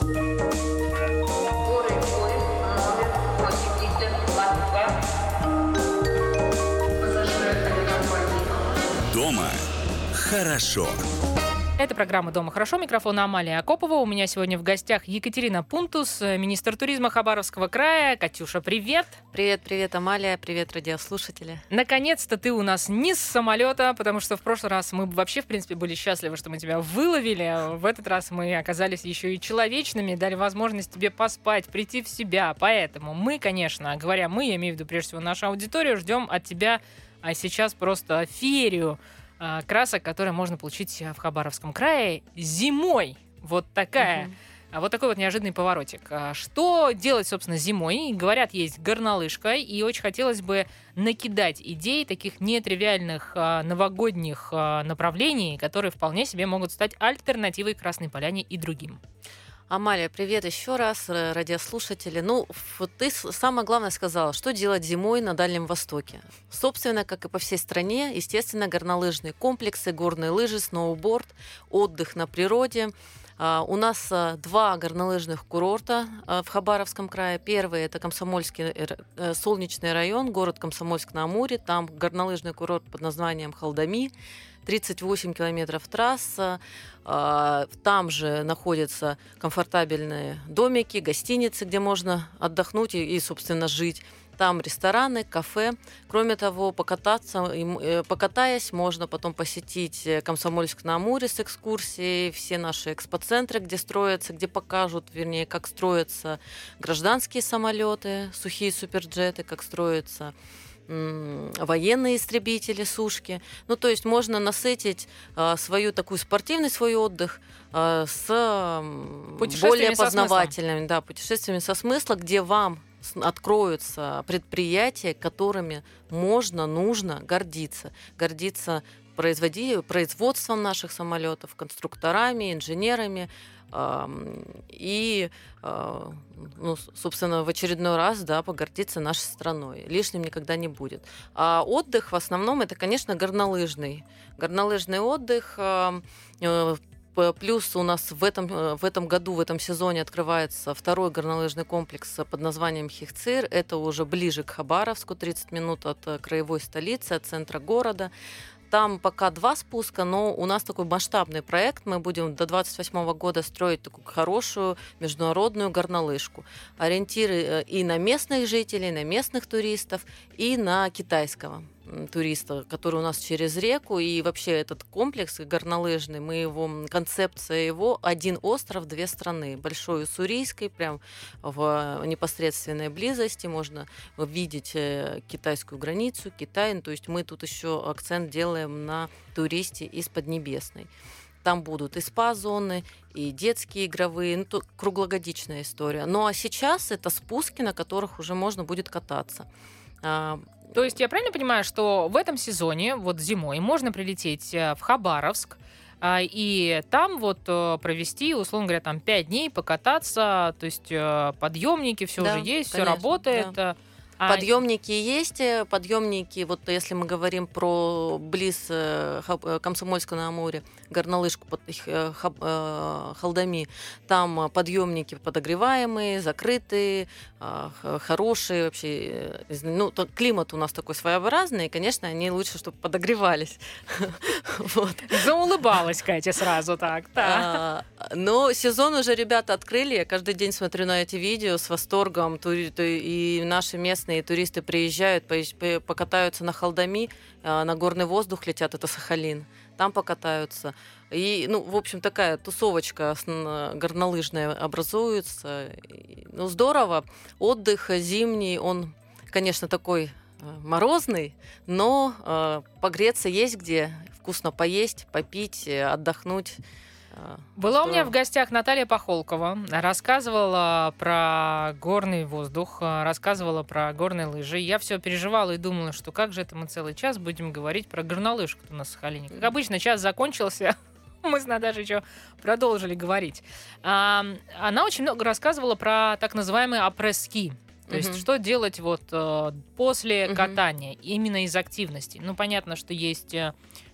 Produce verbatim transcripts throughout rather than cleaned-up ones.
Дома хорошо. Это программа «Дома хорошо». Микрофон Амалия Акопова. У меня сегодня в гостях Екатерина Пунтус, министр туризма Хабаровского края. Катюша, привет! Привет, привет, Амалия, привет, радиослушатели. Наконец-то ты у нас не с самолета, потому что в прошлый раз мы вообще, в принципе, были счастливы, что мы тебя выловили. В этот раз мы оказались еще и человечными, дали возможность тебе поспать, прийти в себя. Поэтому мы, конечно, говоря мы, я имею в виду прежде всего нашу аудиторию, ждем от тебя а сейчас просто феерию красок, которые можно получить в Хабаровском крае зимой. Вот такая, uh-huh. вот такой вот неожиданный поворотик. Что делать, собственно, зимой? Говорят, есть горнолыжка, и очень хотелось бы накидать идей таких нетривиальных новогодних направлений, которые вполне себе могут стать альтернативой Красной Поляне и другим. Амалия, привет еще раз, радиослушатели. Ну, ты самое главное сказала, что делать зимой на Дальнем Востоке. Собственно, как и по всей стране, естественно, горнолыжные комплексы, горные лыжи, сноуборд, отдых на природе. У нас два горнолыжных курорта в Хабаровском крае. Первый – это Комсомольский солнечный район, город Комсомольск-на-Амуре. Там горнолыжный курорт под названием Халдами. тридцать восемь километров трасса. Там же находятся комфортабельные домики, гостиницы, где можно отдохнуть и, собственно, жить. Там рестораны, кафе. Кроме того, покататься, покатаясь, можно потом посетить Комсомольск-на-Амуре с экскурсией, все наши экспоцентры, где строятся, где покажут, вернее, как строятся гражданские самолеты, сухие суперджеты, как строятся военные истребители, сушки. Ну, то есть можно насытить а, свою такую спортивный свой отдых а, с более познавательными, да, путешествиями со смыслом, где вам откроются предприятия, которыми можно, нужно гордиться. Гордиться производи... производством наших самолетов, конструкторами, инженерами. И, ну, собственно, в очередной раз, да, погордиться нашей страной. Лишним никогда не будет. А отдых в основном это, конечно, горнолыжный. Горнолыжный отдых. Плюс у нас в этом, в этом году, в этом сезоне открывается второй горнолыжный комплекс под названием Хихцир. Это уже ближе к Хабаровску, тридцать минут от краевой столицы, от центра города. Там пока два спуска, но у нас такой масштабный проект. Мы будем до двадцать восьмого года строить такую хорошую международную горнолыжку. Ориентиры и на местных жителей, на местных туристов, и на китайского туриста, который у нас через реку. И вообще этот комплекс горнолыжный, мы его, концепция его один остров, две страны. Большой Уссурийской, прям в непосредственной близости можно видеть китайскую границу, Китай. Ну, то есть мы тут еще акцент делаем на туристе из Поднебесной. Там будут и спа-зоны, и детские игровые, ну, то круглогодичная история. Ну а сейчас это спуски, на которых уже можно будет кататься. То есть я правильно понимаю, что в этом сезоне, вот зимой, можно прилететь в Хабаровск и там вот провести, условно говоря, там пять дней, покататься, то есть подъемники, все да, уже есть, конечно, все работает. Да. Подъемники есть, подъемники, вот если мы говорим про близ Комсомольска-на-Амуре, горнолыжку под Халдами, там подъемники подогреваемые, закрытые, хорошие вообще. Ну, климат у нас такой своеобразный, и, конечно, они лучше, чтобы подогревались. Заулыбалась Катя сразу так. Но сезон уже ребята открыли, я каждый день смотрю на эти видео с восторгом, и наши местные и туристы приезжают, покатаются на Халдами, на горный воздух летят, это Сахалин, там покатаются. И, ну, в общем, такая тусовочка горнолыжная образуется. Ну, здорово. Отдых зимний, он, конечно, такой морозный, но погреться есть где, вкусно поесть, попить, отдохнуть. Была у меня в гостях Наталья Пахолкова, рассказывала про горный воздух, рассказывала про горные лыжи. Я все переживала и думала, что как же это мы целый час будем говорить про горнолыжку на Сахалине. Как обычно, час закончился, мы с Наташей еще продолжили говорить. Она очень много рассказывала про так называемые апресс-ски. То есть, uh-huh. что делать вот э, после uh-huh. катания, именно из активностей. Ну, понятно, что есть э,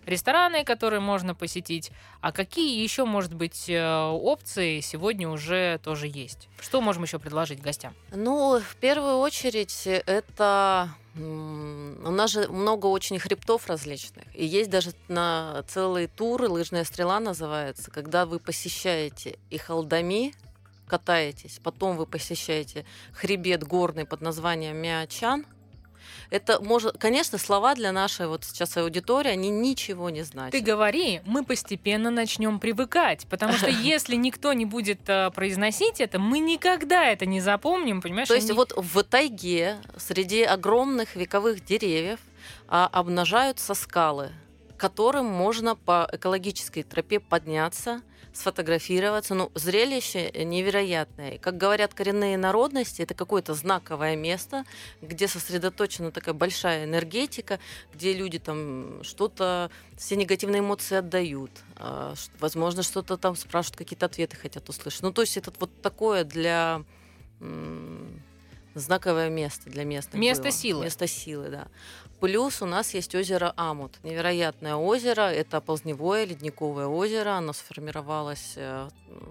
рестораны, которые можно посетить. А какие еще, может быть, э, опции сегодня уже тоже есть? Что можем еще предложить гостям? Ну, в первую очередь, это м, у нас же много очень хребтов различных. И есть даже на целые туры, лыжная стрела называется, когда вы посещаете и Халдами, катаетесь, потом вы посещаете хребет горный под названием Миачан. Это может, конечно, слова для нашей вот сейчас аудитории, они ничего не значат. Ты говори, мы постепенно начнем привыкать, потому что если никто не будет э, произносить это, мы никогда это не запомним, понимаешь? То есть Они- вот в тайге среди огромных вековых деревьев а, обнажаются скалы, к которым можно по экологической тропе подняться, сфотографироваться. Ну, зрелище невероятное. И, как говорят коренные народности, это какое-то знаковое место, где сосредоточена такая большая энергетика, где люди там что-то, все негативные эмоции отдают. а, ш- Возможно, что-то там спрашивают, какие-то ответы хотят услышать. Ну, то есть это вот такое для... м, знаковое место для местных Место было. силы. Место силы, да. Плюс у нас есть озеро Амут. Невероятное озеро. Это ползневое ледниковое озеро. Оно сформировалось, э,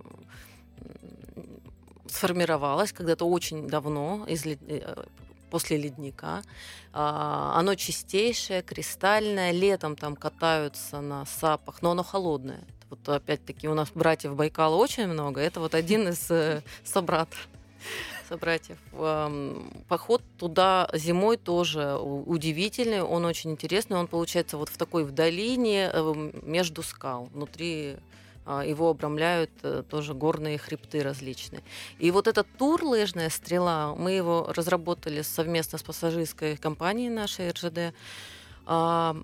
м, сформировалось когда-то очень давно из лед- э, после ледника. А, Оно чистейшее, кристальное. Летом там катаются на сапах, но оно холодное. Вот опять-таки у нас братьев Байкала очень много. Это вот один из э, собратов. Собратьев. Эм, Поход туда зимой тоже у- удивительный, он очень интересный, он получается вот в такой в долине эм, между скал, внутри а, его обрамляют э, тоже горные хребты различные. И вот этот тур «Лыжная стрела», мы его разработали совместно с пассажирской компанией нашей эр жэ дэ. А,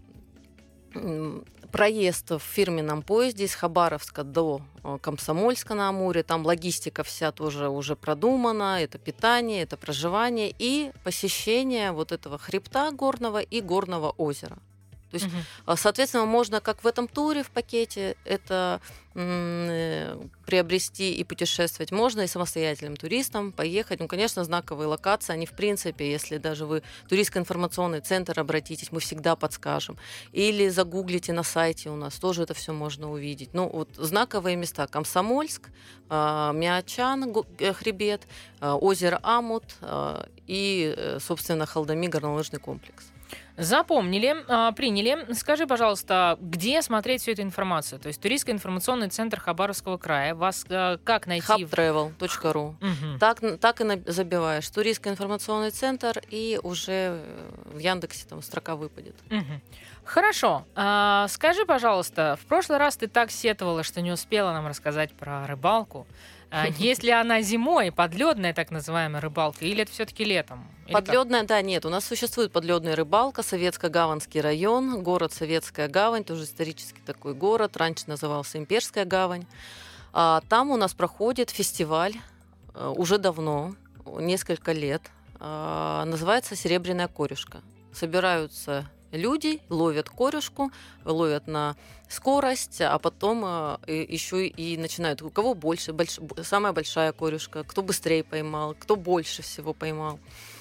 м, Проезд в фирменном поезде из Хабаровска до э, Комсомольска на Амуре. Там логистика вся тоже уже продумана. Это питание, это проживание и посещение вот этого хребта горного и горного озера. То есть, Мгм. а, соответственно, можно как в этом туре в пакете это м, э, приобрести и путешествовать. Можно и самостоятельным туристам поехать. Ну, конечно, знаковые локации, они в принципе, если даже вы в туристско-информационный центр обратитесь, мы всегда подскажем. Или загуглите на сайте у нас, тоже это все можно увидеть. Ну, вот знаковые места. Комсомольск, а, Миачан, го- э, хребет, а, озеро Амут а, и, э, собственно, Халдами горнолыжный комплекс. Запомнили, а, приняли. Скажи, пожалуйста, где смотреть всю эту информацию? То есть туристско-информационный центр Хабаровского края. Вас а, как найти? в- хаб-тревел точка ру. Мгм. Так, так и на- забиваешь туристско-информационный центр, и уже э, в Яндексе там строка выпадет. Мгм. Хорошо. А, скажи, пожалуйста, в прошлый раз ты так сетовала, что не успела нам рассказать про рыбалку. А, есть ли она зимой, подледная так называемая рыбалка, или это все-таки летом? Или как? Подледная, да, нет, у нас существует подледная рыбалка, Советско-Гаванский район, город Советская Гавань, тоже исторический такой город, раньше назывался Имперская Гавань. А, там у нас проходит фестиваль э, уже давно, несколько лет, а, называется «Серебряная корюшка». Собираются люди, ловят корюшку, ловят на скорость, а потом э, еще и начинают, у кого больше, больш- б- самая большая корюшка, кто быстрее поймал, кто больше всего поймал.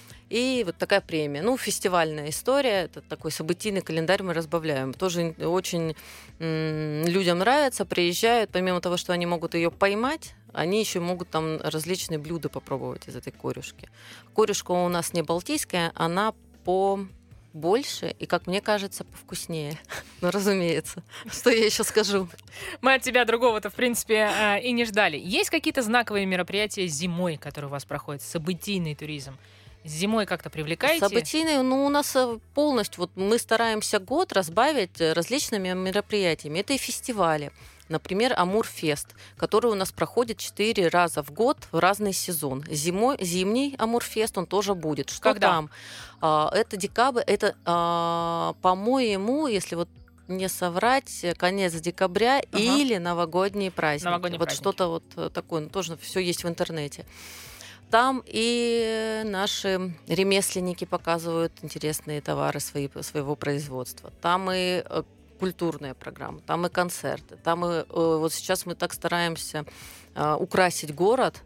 И вот такая премия. Ну, фестивальная история, это такой событийный календарь мы разбавляем. Тоже очень м, людям нравится, приезжают, помимо того, что они могут ее поймать, они еще могут там различные блюда попробовать из этой корюшки. Корюшка у нас не балтийская, она по больше и, как мне кажется, повкуснее. Ну, разумеется. Что я еще скажу? Мы от тебя другого-то, в принципе, а, и не ждали. Есть какие-то знаковые мероприятия зимой, которые у вас проходят? Событийный туризм. Зимой как-то привлекаете? Событийный, ну, у нас э, полностью, вот мы стараемся год разбавить э, различными мероприятиями. Это и фестивали. Например, Амурфест, который у нас проходит четыре раза в год в разный сезон. Зимой, зимний Амурфест, он тоже будет. Что Когда? там? А, это декабрь, это, а, по-моему, если вот не соврать, конец декабря Ага. или новогодние праздники. Новогодние вот праздники. что-то вот э, такое, ну, тоже все есть в интернете. Там и наши ремесленники показывают интересные товары свои, своего производства. Там и э, культурная программа, там и концерты. Там и, э, вот сейчас мы так стараемся э, украсить город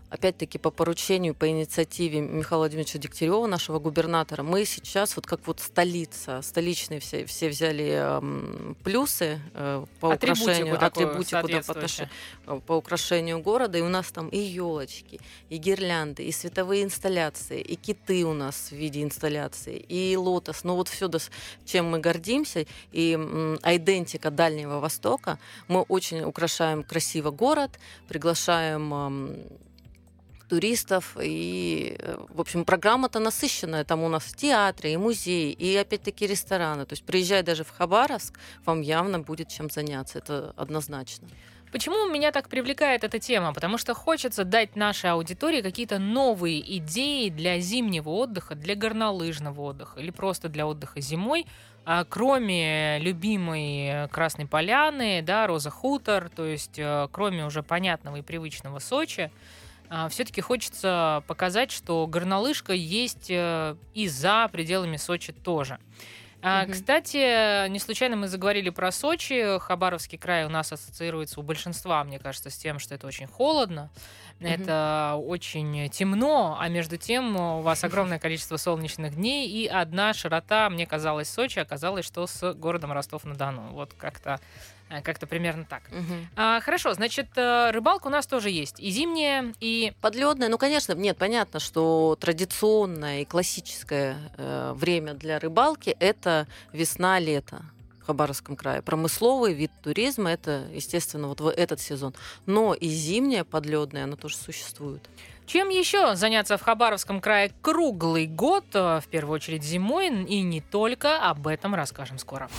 опять-таки по поручению, по инициативе Михаила Владимировича Дегтярева, нашего губернатора, мы сейчас вот как вот столица, столичные все, все взяли эм, плюсы э, по атрибутику украшению, такую атрибутику да, по, отнош- по украшению города, и у нас там и елочки, и гирлянды, и световые инсталляции, и киты у нас в виде инсталляции, и лотос, ну вот все, чем мы гордимся, и м, айдентика Дальнего Востока, мы очень украшаем красиво город, приглашаем м, туристов, и, в общем, программа-то насыщенная. Там у нас театры, и музеи, и, опять-таки, рестораны. То есть, приезжая даже в Хабаровск, вам явно будет чем заняться. Это однозначно. Почему меня так привлекает эта тема? Потому что хочется дать нашей аудитории какие-то новые идеи для зимнего отдыха, для горнолыжного отдыха или просто для отдыха зимой, а кроме любимой Красной Поляны, да, Роза Хутор, то есть кроме уже понятного и привычного Сочи, все-таки хочется показать, что горнолыжка есть и за пределами Сочи тоже. Mm-hmm. Кстати, не случайно мы заговорили про Сочи. Хабаровский край у нас ассоциируется у большинства, мне кажется, с тем, что это очень холодно, mm-hmm. это очень темно, а между тем у вас огромное количество солнечных дней, и одна широта, мне казалось, Сочи, оказалось, что с городом Ростов-на-Дону. Вот как-то Как-то примерно так. Угу. А, хорошо, значит, рыбалка у нас тоже есть. И зимняя, и... Подлёдная. Ну, конечно, нет, понятно, что традиционное и классическое э, время для рыбалки – это весна-лето в Хабаровском крае. Промысловый вид туризма – это, естественно, вот в этот сезон. Но и зимняя подлёдная, она тоже существует. Чем еще заняться в Хабаровском крае круглый год, в первую очередь зимой, и не только, об этом расскажем скоро.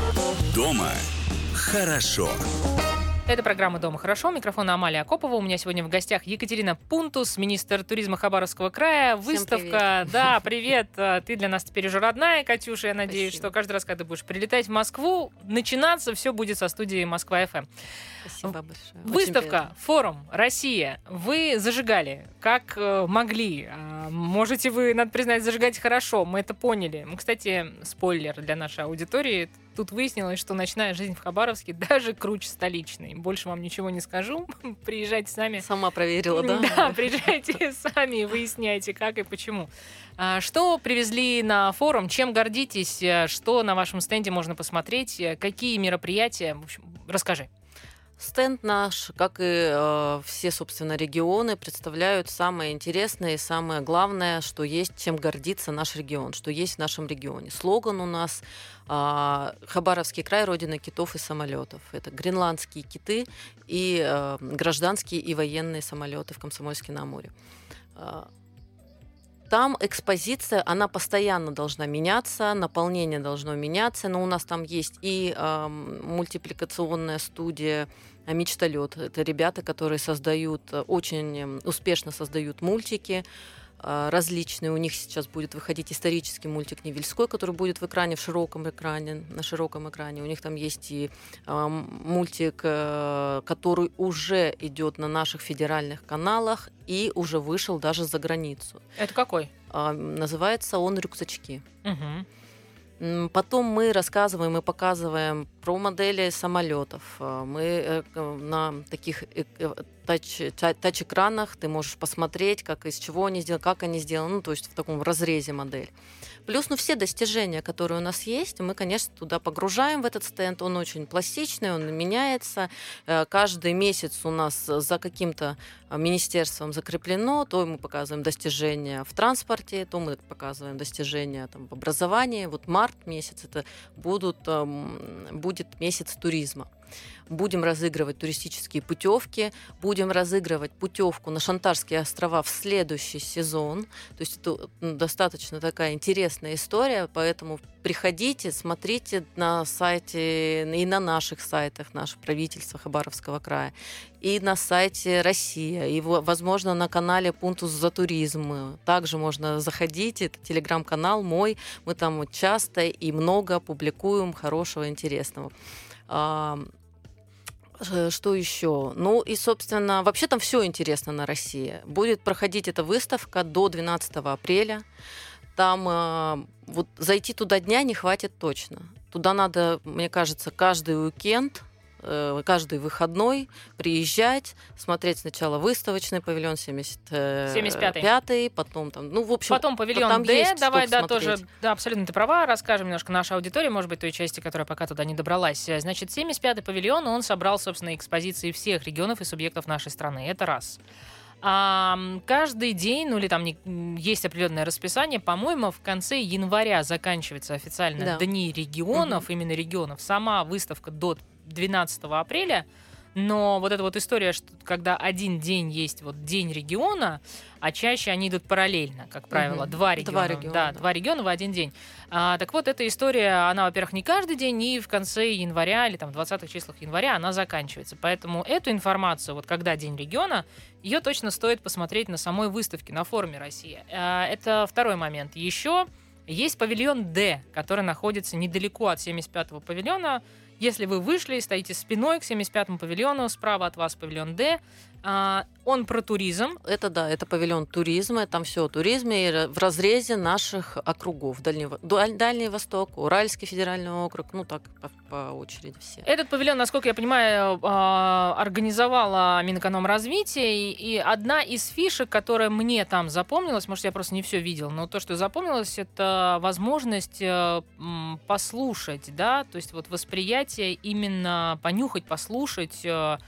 Дома хорошо. Это программа «Дома хорошо». Микрофон Амалия Акопова. У меня сегодня в гостях Екатерина Пунтус, министр туризма Хабаровского края. Всем Выставка. привет. Да, привет. Ты для нас теперь уже родная, Катюша. Я надеюсь, Спасибо. что каждый раз, когда ты будешь прилетать в Москву, начинаться все будет со студии Москва-эф эм. Спасибо большое. Очень Выставка, приятно. форум «Россия». Вы зажигали, как э, могли. А, можете вы, надо признать, зажигать хорошо. Мы это поняли. Ну, кстати, спойлер для нашей аудитории. Тут выяснилось, что ночная жизнь в Хабаровске даже круче столичной. Больше вам ничего не скажу. Приезжайте сами. Сама проверила, да? Да, приезжайте сами и выясняйте, как и почему. А, что привезли на форум? Чем гордитесь? Что на вашем стенде можно посмотреть? Какие мероприятия? В общем, расскажи. Стенд наш, как и э, все, собственно, регионы, представляют самое интересное и самое главное, что есть, чем гордится наш регион, что есть в нашем регионе. Слоган у нас э, «Хабаровский край – родина китов и самолетов». Это гренландские киты и э, гражданские и военные самолеты в Комсомольске-на-Амуре. Там экспозиция, она постоянно должна меняться, наполнение должно меняться, но у нас там есть и э, мультипликационная студия «Мечталет». Это ребята, которые создают, очень успешно создают мультики э, различные. У них сейчас будет выходить исторический мультик «Невельской», который будет в экране, в широком экране, на широком экране. У них там есть и э, мультик, э, который уже идет на наших федеральных каналах и уже вышел даже за границу. Это какой? А, называется он «Рюкзачки». Угу. Потом мы рассказываем и показываем про модели самолетов. Мы на таких тач, тач-экранах ты можешь посмотреть, как из чего они сделаны, как они сделаны, ну, то есть в таком разрезе модель. Плюс, ну, все достижения, которые у нас есть, мы, конечно, туда погружаем в этот стенд. Он очень пластичный, он меняется. Каждый месяц у нас за каким-то министерством закреплено. То мы показываем достижения в транспорте, то мы показываем достижения там, в образовании. Вот март месяц это будут, будет месяц туризма. Будем разыгрывать туристические путевки, будем разыгрывать путевку на Шантарские острова в следующий сезон. То есть это достаточно такая интересная история, поэтому приходите, смотрите на сайте и на наших сайтах, наше правительство Хабаровского края, и на сайте «Россия», и, возможно, на канале «Пунтус за туризм». Также можно заходить, это телеграм-канал мой, мы там часто и много публикуем хорошего, интересного. Что еще? Ну и, собственно, вообще там все интересно на России. Будет проходить эта выставка до двенадцатого апреля. Там э, вот зайти туда дня не хватит точно. Туда надо, мне кажется, каждый уикенд э, каждый выходной приезжать, смотреть сначала выставочный павильон семьдесят пятый, потом там, ну, в общем... Потом павильон там Д, давай, да, смотреть. тоже, да, абсолютно ты права, расскажем немножко нашей аудитории, может быть, той части, которая пока туда не добралась. Значит, семьдесят пятый павильон, он собрал, собственно, экспозиции всех регионов и субъектов нашей страны, это раз. А каждый день, ну или там не, есть определенное расписание, по-моему, в конце января заканчивается официально Да. Дни регионов, угу. именно регионов. Сама выставка до двенадцатого апреля, но вот эта вот история, что когда один день есть вот День региона, а чаще они идут параллельно, как правило, угу. два региона. Два региона, да, да. два региона в один день. А, так вот, эта история, она, во-первых, не каждый день, и в конце января или там в двадцатых числах января она заканчивается. Поэтому эту информацию, вот когда День региона, ее точно стоит посмотреть на самой выставке, на форуме «Россия». А, это второй момент. Еще есть павильон Д, который находится недалеко от семьдесят пятого павильона. Если вы вышли и стоите спиной к семьдесят пятому павильону, справа от вас павильон Д, а, он про туризм. Это да, это павильон туризма, там все о туризме в разрезе наших округов. Дальний, Дальний Восток, Уральский федеральный округ, ну так по, по очереди все. Этот павильон, насколько я понимаю, организовала Минэкономразвитие, и одна из фишек, которая мне там запомнилась, может, я просто не все видел, но то, что запомнилось, это возможность послушать, да, то есть вот восприятие именно понюхать, послушать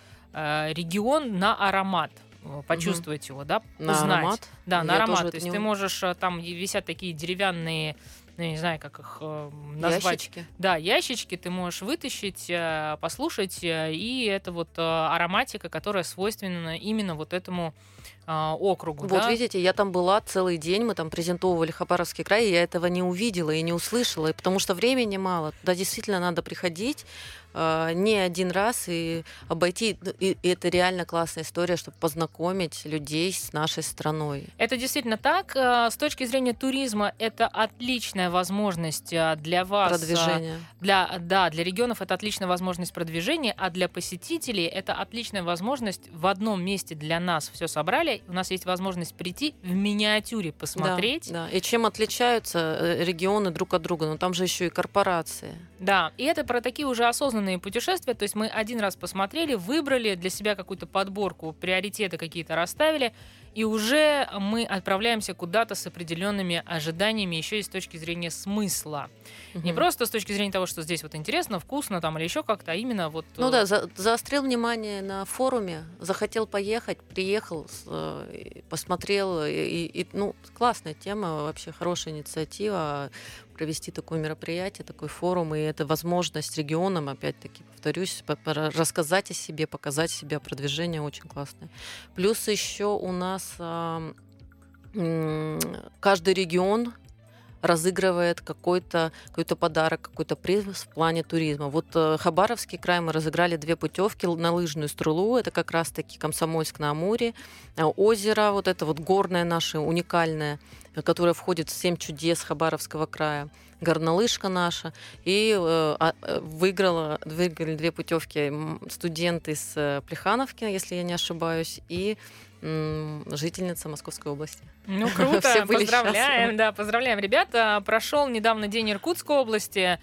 регион на аромат, почувствовать угу. его, да, на узнать. аромат? Да, Я на аромат. То есть не... ты можешь, там висят такие деревянные, ну, я не знаю, как их назвать. Ящички. Да, ящички ты можешь вытащить, послушать, и это вот ароматика, которая свойственна именно вот этому округу. Вот да? видите, я там была целый день, мы там презентовывали Хабаровский край, и я этого не увидела и не услышала, потому что времени мало. Да, действительно, надо приходить э, не один раз и обойти. И, и это реально классная история, чтобы познакомить людей с нашей страной. Это действительно так. С точки зрения туризма, это отличная возможность для вас. Продвижение. Для, да, для регионов это отличная возможность продвижения, а для посетителей это отличная возможность в одном месте для нас все собрали. У нас есть возможность прийти в миниатюре посмотреть. Да, да. И чем отличаются регионы друг от друга? Ну там же еще и корпорации. Да, и это про такие уже осознанные путешествия. То есть мы один раз посмотрели, выбрали для себя какую-то подборку, приоритеты какие-то расставили, и уже мы отправляемся куда-то с определенными ожиданиями, еще и с точки зрения смысла. Угу. Не просто с точки зрения того, что здесь вот интересно, вкусно там или еще как-то, а именно вот... Ну да, за, заострил внимание на форуме, захотел поехать, приехал, посмотрел, и, и, ну, классная тема, вообще хорошая инициатива провести такое мероприятие, такой форум, и это возможность регионам, опять-таки, повторюсь, рассказать о себе, показать себя, продвижение очень классное. Плюс еще у нас а, м- каждый регион разыгрывает какой-то, какой-то подарок, какой-то приз в плане туризма. Вот э, Хабаровский край мы разыграли две путевки на лыжную стрелу, это как раз-таки Комсомольск-на-Амуре, э, озеро, вот это вот горное наше, уникальное, которое входит в семь чудес Хабаровского края, горнолыжка наша, и э, выиграла, выиграли две путевки студенты из э, Плехановки, если я не ошибаюсь, и жительница Московской области. Ну, круто, поздравляем, да, поздравляем, ребята. Прошел недавно День Иркутской области.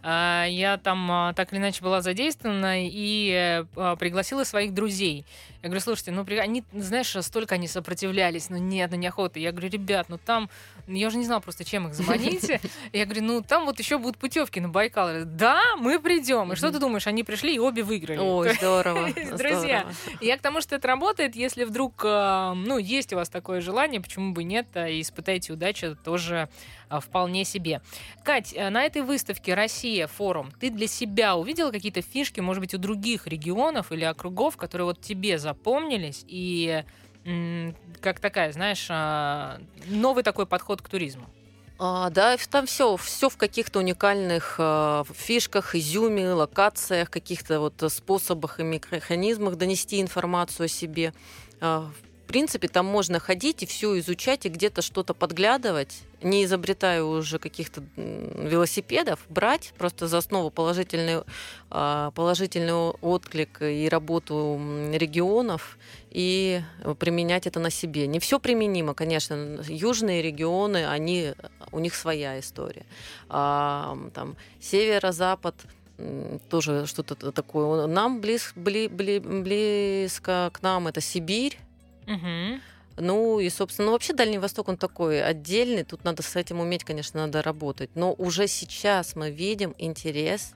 Я там так или иначе была задействована и пригласила своих друзей. Я говорю, слушайте, ну, они, знаешь, столько они сопротивлялись, ну, нет, ну, неохота. Я говорю, ребят, ну, там, я уже не знала просто, чем их заманить. Я говорю, ну, там вот еще будут путевки на Байкал. Я говорю, да, мы придем. И что ты думаешь, они пришли и обе выиграли. Ой, здорово. Друзья, я к тому, что это работает, если вдруг, ну, есть у вас такое желание, почему бы нет, и испытайте удачу тоже вполне себе. Кать, на этой выставке «Россия. Форум» ты для себя увидела какие-то фишки, может быть, у других регионов или округов, которые вот тебе запомнились, и м- как такая, знаешь, новый такой подход к туризму? А, да, там все, все в каких-то уникальных а, фишках, изюме, локациях, каких-то вот способах и механизмах донести информацию о себе. А, в принципе, там можно ходить и все изучать, и где-то что-то подглядывать, не изобретая уже каких-то велосипедов, брать просто за основу положительный, положительный отклик и работу регионов и применять это на себе. Не все применимо, конечно. Южные регионы, они, у них своя история. А, там, северо-запад, тоже что-то такое. Нам близ, бли, бли, близко к нам это Сибирь. Угу. Ну и, собственно, ну, вообще Дальний Восток, он такой отдельный. Тут надо с этим уметь, конечно, надо работать. Но уже сейчас мы видим интерес,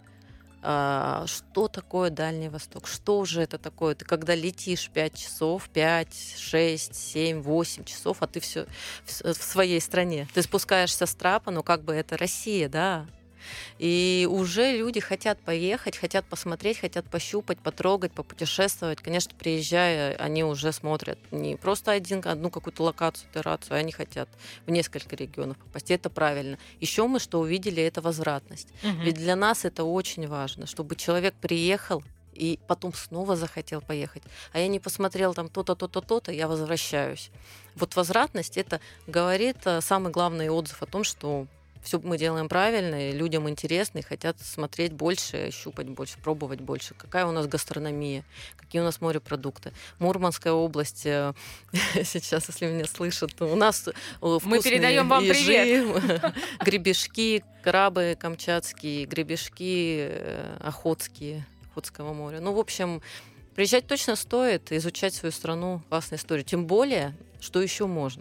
а, что такое Дальний Восток, что же это такое. Ты когда летишь пять часов, пять, шесть, семь, восемь часов, а ты все в, в своей стране. Ты спускаешься с трапа, ну как бы это Россия, да. И уже люди хотят поехать, хотят посмотреть, хотят пощупать, потрогать, попутешествовать. Конечно, приезжая, они уже смотрят не просто один, одну какую-то локацию, итерацию, они хотят в несколько регионов попасть. И это правильно. Еще мы что увидели, это возвратность. Угу. Ведь для нас это очень важно, чтобы человек приехал и потом снова захотел поехать. А я не посмотрел там то-то, то-то, то-то, я возвращаюсь. Вот возвратность, это говорит самый главный отзыв о том, что все мы делаем правильно, и людям интересно, и хотят смотреть больше, щупать больше, пробовать больше. Какая у нас гастрономия, какие у нас морепродукты. Мурманская область, сейчас, если меня слышат, у нас вкусные мы передаем вам ежи, привет. Гребешки, крабы камчатские, гребешки охотские, Охотского моря. Ну, в общем, приезжать точно стоит, изучать свою страну, классная история. Тем более, что еще можно?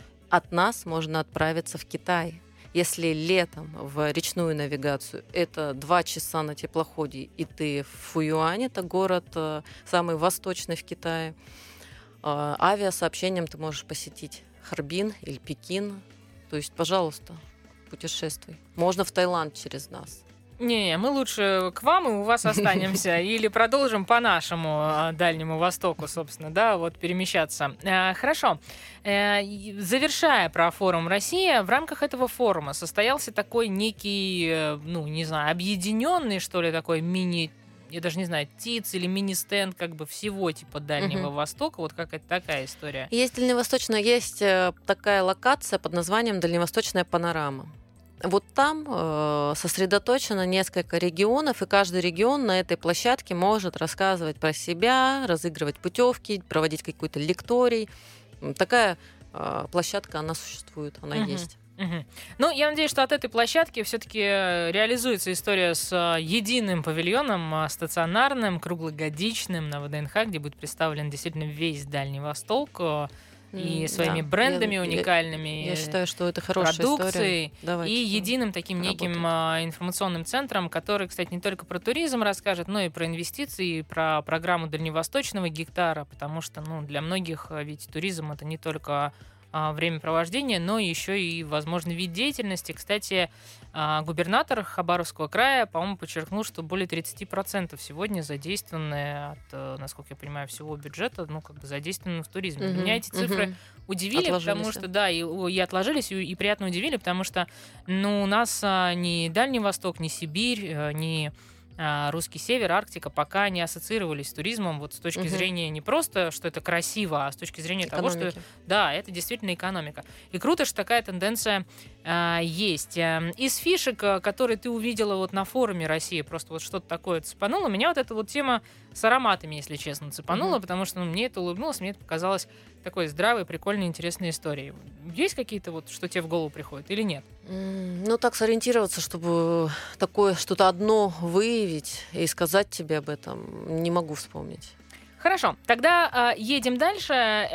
От нас можно отправиться в Китай. Если летом в речную навигацию это два часа на теплоходе, и ты в Фуюань, это город самый восточный в Китае, авиасообщением ты можешь посетить Харбин или Пекин. То есть, пожалуйста, путешествуй. Можно в Таиланд через нас. Не-не, мы лучше к вам и у вас останемся. Или продолжим по нашему Дальнему Востоку, собственно, да, вот перемещаться. Э, хорошо. Э, завершая про форум «Россия», в рамках этого форума состоялся такой некий, э, ну, не знаю, объединенный, что ли, такой мини, я даже не знаю, ТИЦ или мини-стенд как бы всего типа Дальнего uh-huh. Востока. Вот какая-то такая история. Есть дальневосточная, есть такая локация под названием «Дальневосточная панорама». Вот там э, сосредоточено несколько регионов, и каждый регион на этой площадке может рассказывать про себя, разыгрывать путевки, проводить какой-то лекторий. Такая э, площадка, она существует, она угу. есть. Угу. Ну, я надеюсь, что от этой площадки все-таки реализуется история с единым павильоном, стационарным, круглогодичным на ВДНХ, где будет представлен действительно весь Дальний Восток. И своими да, брендами я, уникальными, я, я считаю, что это хорошая продукцией, Давайте, и единым таким неким работать. Информационным центром, который, кстати, не только про туризм расскажет, но и про инвестиции, и про программу дальневосточного гектара, потому что, ну, для многих ведь туризм — это не только времяпровождения, но еще и, возможно, вид деятельности. Кстати, губернатор Хабаровского края, по-моему, подчеркнул, что более тридцать процентов сегодня задействованы от, насколько я понимаю, всего бюджета, ну, как бы задействованы в туризме. Uh-huh, Меня эти цифры uh-huh. удивили, отложились, потому что, да, и, и отложились, и, и приятно удивили, потому что, ну, у нас ни Дальний Восток, ни Сибирь, ни русский север, Арктика пока не ассоциировались с туризмом вот с точки uh-huh. зрения не просто, что это красиво, а с точки зрения экономики. Того, что да, это действительно экономика. И круто, что такая тенденция э, есть. Из фишек, которые ты увидела вот на форуме России, просто вот что-то такое цепануло, меня вот эта вот тема с ароматами, если честно, цепанула, uh-huh. потому что ну, мне это улыбнулось, мне это показалось такой здравой, прикольной, интересной историей. Есть какие-то вот, что тебе в голову приходит или нет? Mm, ну, так сориентироваться, чтобы такое что-то одно выявить и сказать тебе об этом, не могу вспомнить. Хорошо, тогда э, едем дальше.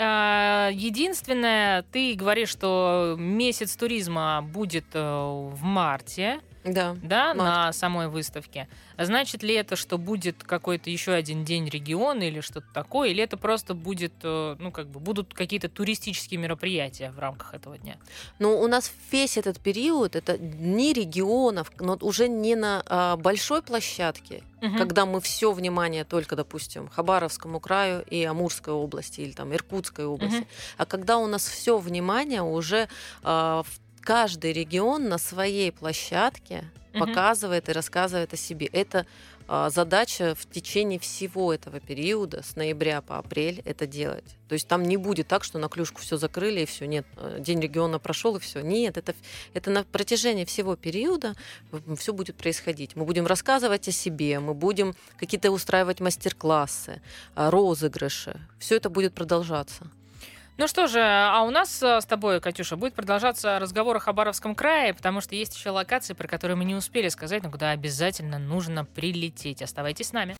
Э, единственное, ты говоришь, что месяц туризма будет э, в марте. Да, да на самой выставке. Значит ли это, что будет какой-то еще один день региона или что-то такое, или это просто будет, ну, как бы, будут какие-то туристические мероприятия в рамках этого дня? Ну, у нас весь этот период, это дни регионов, но уже не на а, большой площадке, угу. когда мы все внимание только, допустим, Хабаровскому краю и Амурской области, или там Иркутской области, угу. а когда у нас все внимание уже а, в каждый регион на своей площадке uh-huh. показывает и рассказывает о себе. Это а, задача в течение всего этого периода, с ноября по апрель, это делать. То есть там не будет так, что на клюшку все закрыли и все. Нет, день региона прошел и все. Нет, это, это на протяжении всего периода все будет происходить. Мы будем рассказывать о себе, мы будем какие-то устраивать мастер-классы, розыгрыши. Все это будет продолжаться. Ну что же, а у нас а, с тобой, Катюша, будет продолжаться разговор о Хабаровском крае, потому что есть еще локации, про которые мы не успели сказать, но куда обязательно нужно прилететь. Оставайтесь с нами.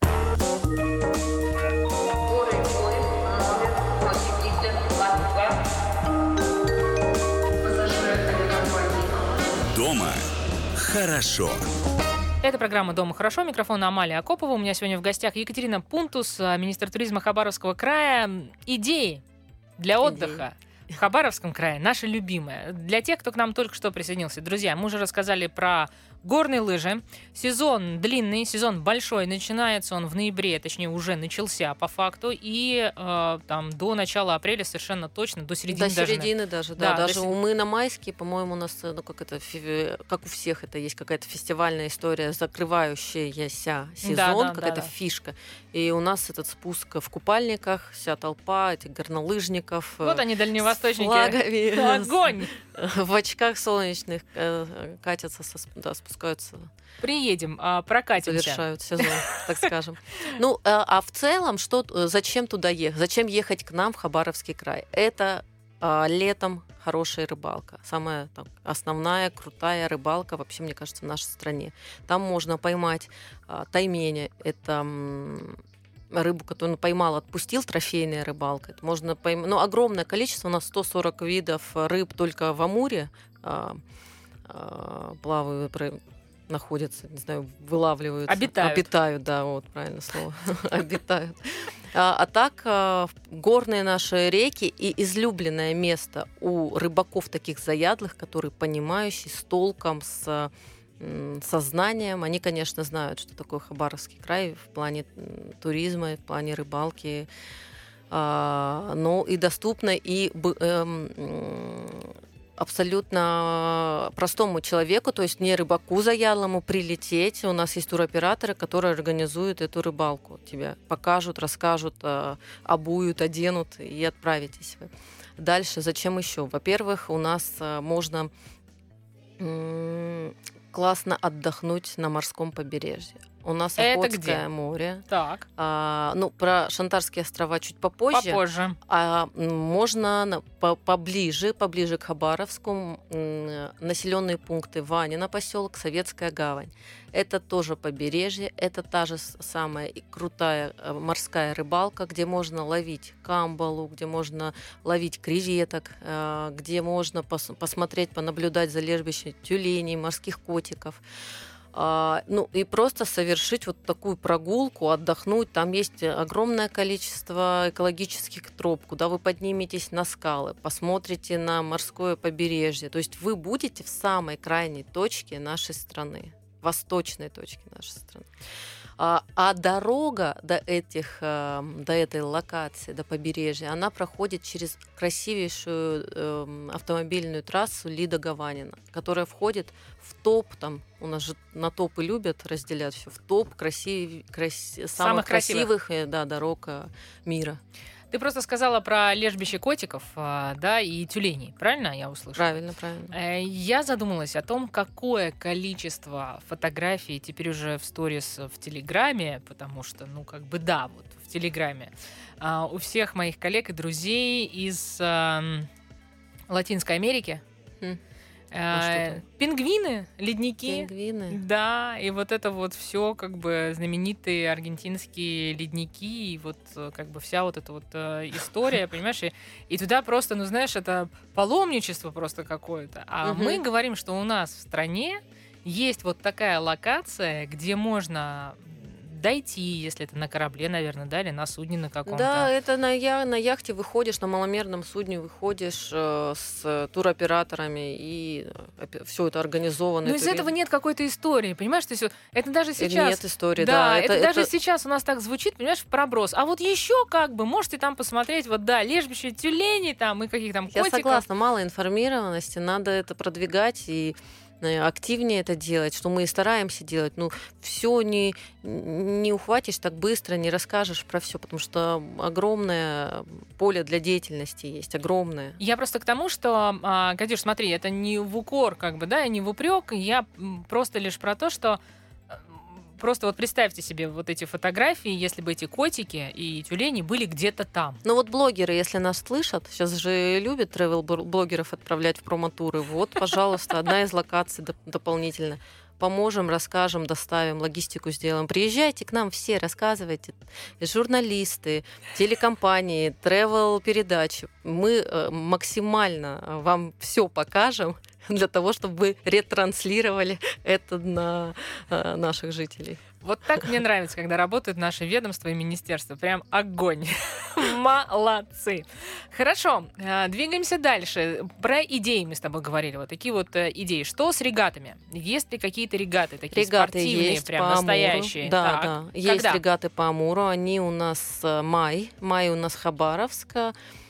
Дома хорошо. Это программа «Дома хорошо». Микрофон Амалия Акопова. У меня сегодня в гостях Екатерина Пунтус, министр туризма Хабаровского края. Идеи для отдыха в Хабаровском крае наши любимые. Для тех, кто к нам только что присоединился. Друзья, мы уже рассказали про горные лыжи. Сезон длинный, сезон большой. Начинается он в ноябре, точнее уже начался по факту. И э, там до начала апреля совершенно точно, до середины До даже. середины даже, да. Да, даже до... у мы на майские, по-моему, у нас, ну, как это, как у всех, это есть какая-то фестивальная история, закрывающаяся сезон, Да, да, какая-то да, да. фишка. И у нас этот спуск в купальниках, вся толпа этих горнолыжников. Вот они, дальневосточники. Флагами. Огонь! В очках солнечных катятся, да, спускаются. Приедем, прокатимся. Завершают сезон, так скажем. Ну, а в целом, что, зачем туда ехать? Зачем ехать к нам в Хабаровский край? Это а, летом хорошая рыбалка. Самая там, основная, крутая рыбалка, вообще, мне кажется, в нашей стране. Там можно поймать а, тайменя. Это м, рыбу, которую он поймал, отпустил, трофейная рыбалка. Это можно поймать. Ну, огромное количество, у нас сто сорок видов рыб только в Амуре а, а, плавают, находятся, не знаю, вылавливаются. Обитают. Обитают, да, вот правильное слово. Обитают. А, а так, а, горные наши реки и излюбленное место у рыбаков таких заядлых, которые понимающие, с толком, с м, сознанием. Они, конечно, знают, что такое Хабаровский край в плане м, туризма, в плане рыбалки. А, но и доступно, и б- эм, м, абсолютно простому человеку, то есть не рыбаку заядлому, прилететь. У нас есть туроператоры, которые организуют эту рыбалку. Тебя покажут, расскажут, обуют, оденут и отправитесь вы. Дальше, зачем еще? Во-первых, у нас можно м- классно отдохнуть на морском побережье. У нас Это Охотское где? море. Так, А, ну, про Шантарские острова чуть попозже. попозже. А м, можно на- по- поближе, поближе к Хабаровску, м, населенные пункты Ванино поселок, Советская гавань. Это тоже побережье, это та же с- самая и крутая э, морская рыбалка, где можно ловить камбалу, где можно ловить креветок, э, где можно пос- посмотреть, понаблюдать за лежбищем тюленей, морских котиков. А, ну и просто совершить вот такую прогулку, отдохнуть. Там есть огромное количество экологических троп, куда вы подниметесь на скалы, посмотрите на морское побережье. То есть вы будете в самой крайней точке нашей страны, восточной точке нашей страны. А, а дорога до, этих, э, до этой локации, до побережья, она проходит через красивейшую э, автомобильную трассу Лида-Гаванина, которая входит в топ, там у нас же на топы любят разделять все, в топ красив, крас, самых, Самых красивых. красивых э, да, дорог э, мира. Ты просто сказала про лежбище котиков, а, да, и тюленей, правильно я услышала? Правильно, правильно. Э, Я задумалась о том, какое количество фотографий теперь уже в сторис в Телеграме, потому что, ну, как бы да, вот в Телеграме, а, у всех моих коллег и друзей из ам, Латинской Америки. Хм. А, что там? Пингвины, ледники. Пингвины. Да, и вот это вот все как бы знаменитые аргентинские ледники, и вот э, как бы вся вот эта вот э, история, понимаешь, и, и туда просто, ну знаешь, это паломничество просто какое-то. А Мгм. мы говорим, что у нас в стране есть вот такая локация, где можно дойти, если это на корабле, наверное, да, или на судне на каком-то. Да, это на, я, на яхте выходишь, на маломерном судне выходишь э, с туроператорами, и все это организовано. Но из этого нет какой-то истории, понимаешь? То есть вот это даже сейчас... Нет истории, Да, да. это, это, даже это- сейчас у нас так звучит, понимаешь, в проброс. А вот еще как бы можете там посмотреть, вот да, лежбище тюленей там и каких там Я котиков. согласна, мало информированности, надо это продвигать и э, активнее это делать, что мы и стараемся делать. Ну, все не, не ухватишь так быстро, не расскажешь про все, потому что огромное поле для деятельности есть, огромное. Я просто к тому, что, а, Катюш, смотри, это не в укор, как бы, да, и не в упрек. Я м, просто лишь про то, что м, просто вот представьте себе вот эти фотографии, если бы эти котики и тюлени были где-то там. Ну вот блогеры, если нас слышат, сейчас же любят тревел-блогеров отправлять в промо-туры. Вот, пожалуйста, одна из локаций доп- дополнительно. Поможем, расскажем, доставим, логистику сделаем. Приезжайте к нам все, рассказывайте. Журналисты, телекомпании, тревел-передачи. Мы э, максимально вам все покажем для того, чтобы вы ретранслировали это на э, наших жителей. Вот так мне нравится, когда работают наши ведомства и министерства. Прям огонь. Молодцы. Хорошо, э, двигаемся дальше. Про идеи мы с тобой говорили. Вот такие вот э, идеи. Что с регатами? Есть ли какие-то регаты такие Регаты спортивные, есть прям по настоящие? Амуру. Да, Так. да. Есть Когда? регаты по Амуру. Они у нас э, май. Май у нас Хабаровска.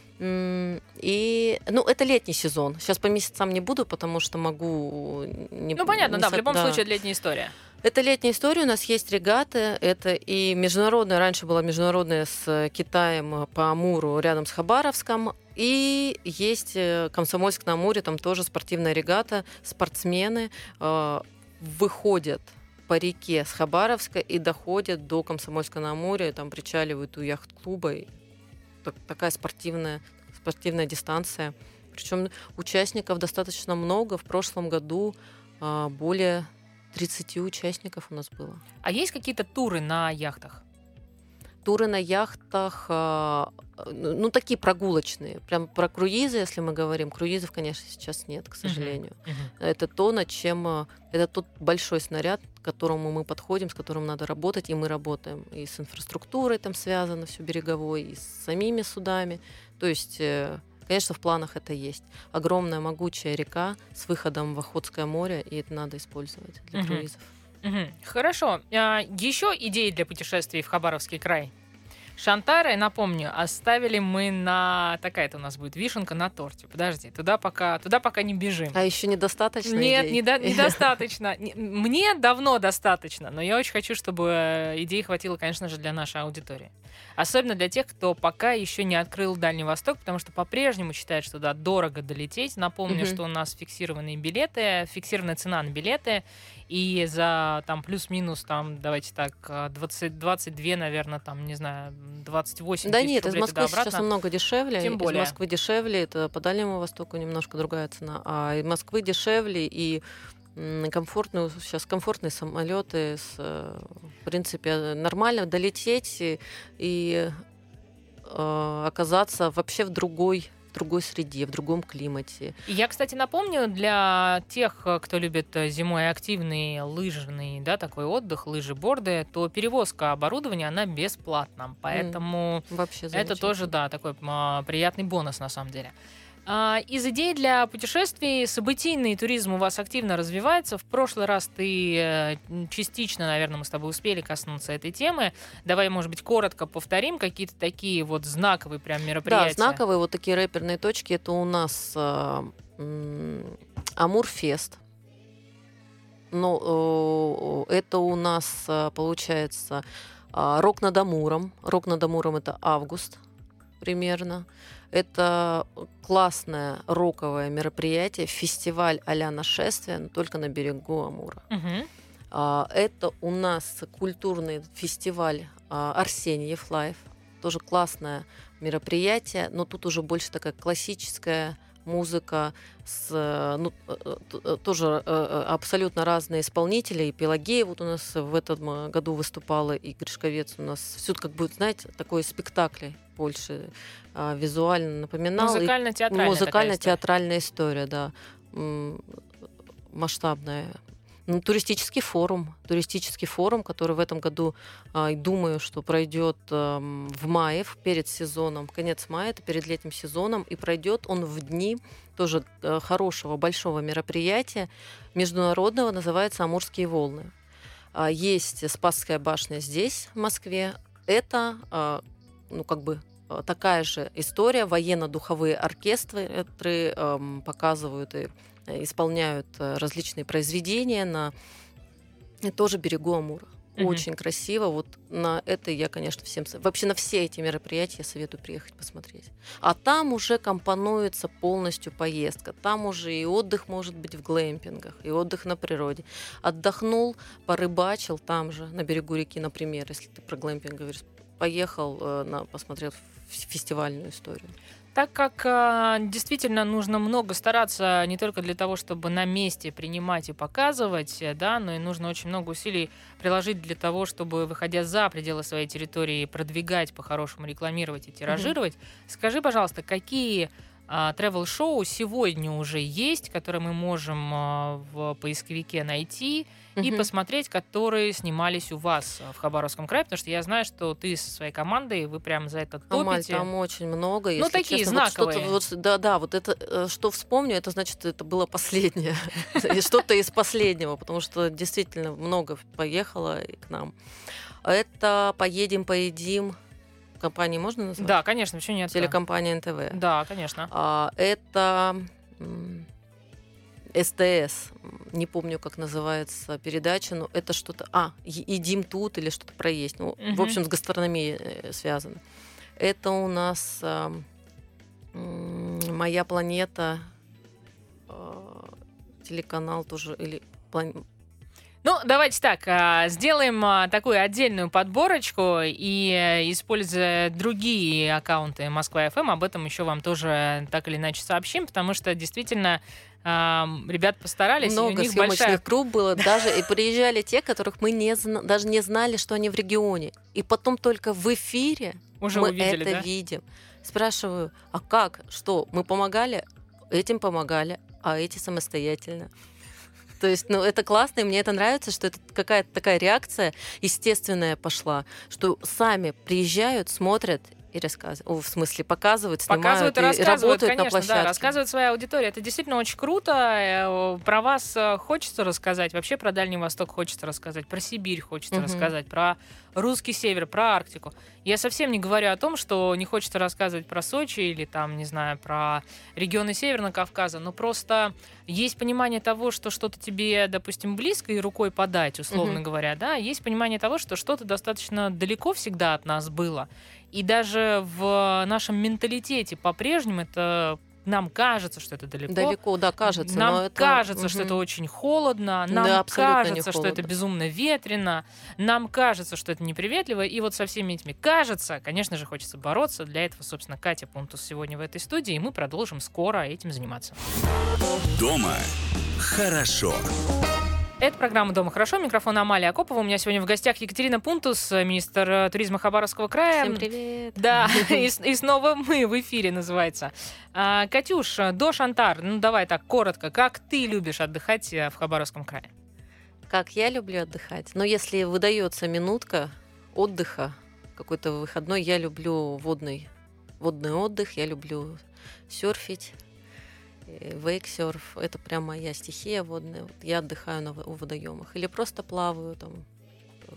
М, И, ну, это летний сезон. Сейчас по месяцам не буду, потому что могу не Ну, понятно, не да, в со- любом да. случае это летняя история. Это летняя история, у нас есть регаты, это и международная, раньше была международная с Китаем по Амуру рядом с Хабаровском, и есть э, Комсомольск на Амуре, там тоже спортивная регата, спортсмены э, выходят по реке с Хабаровска и доходят до Комсомольска на Амуре, там причаливают у яхт-клуба, и так- такая спортивная, спортивная дистанция. Причем участников достаточно много, в прошлом году э, более тридцать участников у нас было. А есть какие-то туры на яхтах? Туры на яхтах, а, ну, такие прогулочные. Прям про круизы, если мы говорим. Круизов, конечно, сейчас нет, к сожалению. Мгм. Это то, над чем... а, Это тот большой снаряд, к которому мы подходим, с которым надо работать, и мы работаем. И с инфраструктурой там связано все береговой, и с самими судами. То есть... э, Конечно, в планах это есть. Огромная могучая река с выходом в Охотское море, и это надо использовать для Мгм. круизов. Мгм. Хорошо. А, еще идеи для путешествий в Хабаровский край? Шантары, напомню, оставили мы на... Такая-то у нас будет вишенка на торте. Подожди, туда пока, туда пока не бежим. А еще недостаточно Нет, идей? недо- недостаточно. Не- Мне давно достаточно, но я очень хочу, чтобы э, идей хватило, конечно же, для нашей аудитории. Особенно для тех, кто пока еще не открыл Дальний Восток, потому что по-прежнему считает, что туда дорого долететь. Напомню, Мгм. что у нас фиксированные билеты, фиксированная цена на билеты, и за там плюс-минус, там, давайте так, э, двадцать, двадцать два, наверное, там, не знаю, двадцать восемь Да тысяч нет, из рублей Москвы сейчас туда-обратно. намного дешевле. Тем более. Из Москвы дешевле, это по Дальнему Востоку немножко другая цена. А из Москвы дешевле и м, комфортные, сейчас комфортные самолеты, с, э, в принципе, нормально долететь и, и, э, оказаться вообще в другой, в другой среде, в другом климате. И Я, кстати, напомню, для тех, э, кто любит э, зимой активный лыжный, да, такой отдых, лыжи-борды, то перевозка оборудования, она бесплатна. Поэтому Вообще это замечательно. тоже, да, такой а, приятный бонус на самом деле. А, из идей для путешествий событийный туризм у вас активно развивается. В прошлый раз ты э, частично, наверное, мы с тобой успели коснуться этой темы. Давай, может быть, коротко повторим какие-то такие вот знаковые прям мероприятия. Да, знаковые вот такие рэперные точки. Это у нас э, м, Амурфест. Ну, э, это у нас, э, получается, э, Рок над Амуром. Рок над Амуром — это август примерно. Это классное роковое мероприятие, фестиваль а-ля нашествие, но только на берегу Амура. Мгм. А, Это у нас культурный фестиваль а, Арсеньев Лайф. Тоже классное мероприятие, но тут уже больше такая классическая музыка, с, э, ну, э, т- э, тоже э, абсолютно разные исполнители. И Пелагея вот у нас в этом э, году выступала, и Гришковец у нас. Все как бы, знаете, такой спектакль больше а, визуально напоминал. И Музыкально-театральная Музыкально-театральная история, да. М, Масштабная. Ну, туристический форум. Туристический форум, который в этом году, а, и думаю, что пройдет ам, в мае, в- перед сезоном, конец мая, это перед летним сезоном, и пройдет он в дни тоже э, хорошего, большого мероприятия международного, называется «Амурские волны». А, Есть Спасская башня здесь, в Москве. Это, а, ну, как бы э, такая же история. Военно-духовые оркестры э, эм, показывают и э, исполняют э, различные произведения на э, тоже берегу Амура. Мгм. Очень красиво. Вот на это я, конечно, всем... со- Вообще на все эти мероприятия советую приехать посмотреть. А там уже компонуется полностью поездка. Там уже и отдых может быть в глэмпингах, и отдых на природе. Отдохнул, порыбачил там же, на берегу реки, например, если ты про глэмпинг говоришь. Поехал, э, на, посмотрел ф- фестивальную историю. Так как а, действительно нужно много стараться не только для того, чтобы на месте принимать и показывать, э, да, но и нужно очень много усилий приложить для того, чтобы, выходя за пределы своей территории, продвигать по-хорошему, рекламировать и тиражировать. Скажи, пожалуйста, какие а, тревел-шоу сегодня уже есть, которые мы можем а, в поисковике найти и Мгм. посмотреть, которые снимались у вас а, в Хабаровском крае, потому что я знаю, что ты со своей командой, вы прям за это Амаль, топите. там очень много. Ну, Если такие честно. Вот что-то знаковые. вот, да, да, вот это, э, что вспомню, это значит, это было последнее. И что-то из последнего, потому что действительно много поехало и к нам. Это «Поедем, поедим». Компании можно назвать? Да, конечно, почему нет? Телекомпания эн тэ вэ. Да, конечно. А, это м, эс тэ эс. Не помню, как называется передача, но это что-то... А, «Е- «Едим тут» или что-то про есть. Ну, Мгм. в общем, с гастрономией э, связано. Это у нас а, м, «Моя планета», а, телеканал тоже, или план- Ну, давайте так, а, сделаем а, такую отдельную подборочку и, э, используя другие аккаунты Москва эф эм, об этом еще вам тоже так или иначе сообщим, потому что действительно ам, ребят постарались, и у много них съемочных большая... групп было, даже и приезжали те, которых мы не зна- даже не знали, что они в регионе. И потом только в эфире Уже мы увидели, это да? видим. Спрашиваю, а как, что? Мы помогали, этим помогали, а эти самостоятельно. То есть, ну, это классно, и мне это нравится, что это какая-то такая реакция естественная пошла, что сами приезжают, смотрят и рассказывают. О, в смысле, показывают, снимают Показывают и и рассказывают, работают на конечно, площадке. да, рассказывают своей аудитории. Это действительно очень круто. Э, Про вас э, хочется рассказать, вообще про Дальний Восток хочется рассказать, про Сибирь хочется Мгм. рассказать, про русский север, про Арктику. Я совсем не говорю о том, что не хочется рассказывать про Сочи или там, не знаю, про регионы Северного Кавказа, но просто есть понимание того, что что-то тебе, допустим, близко и рукой подать, условно Мгм. говоря, да, есть понимание того, что что-то достаточно далеко всегда от нас было. И даже в нашем менталитете по-прежнему это нам кажется, что это далеко. Далеко, да, кажется. Нам но это... кажется, что Мгм. это очень холодно, нам Да, абсолютно не кажется, что это холодно. безумно ветрено, нам кажется, что это неприветливо, и вот со всеми этими кажется, конечно же, хочется бороться. Для этого, собственно, Катя Пунтус сегодня в этой студии, и мы продолжим скоро этим заниматься. Дома хорошо. Это программа «Дома хорошо». Микрофон Амалия Акопова. У меня сегодня в гостях Екатерина Пунтус, министр э, туризма Хабаровского края. Всем привет. Да, и, с- и снова мы в эфире, называется. А, Катюш, до Шантар, ну давай так коротко, как ты любишь отдыхать э, в Хабаровском крае? Как я люблю отдыхать. Но если выдается минутка отдыха, какой-то выходной, я люблю водный, водный отдых, я люблю серфить, э, вейксерф. Это прям моя стихия водная. Вот я отдыхаю на в- водоемах. Или просто плаваю там, э,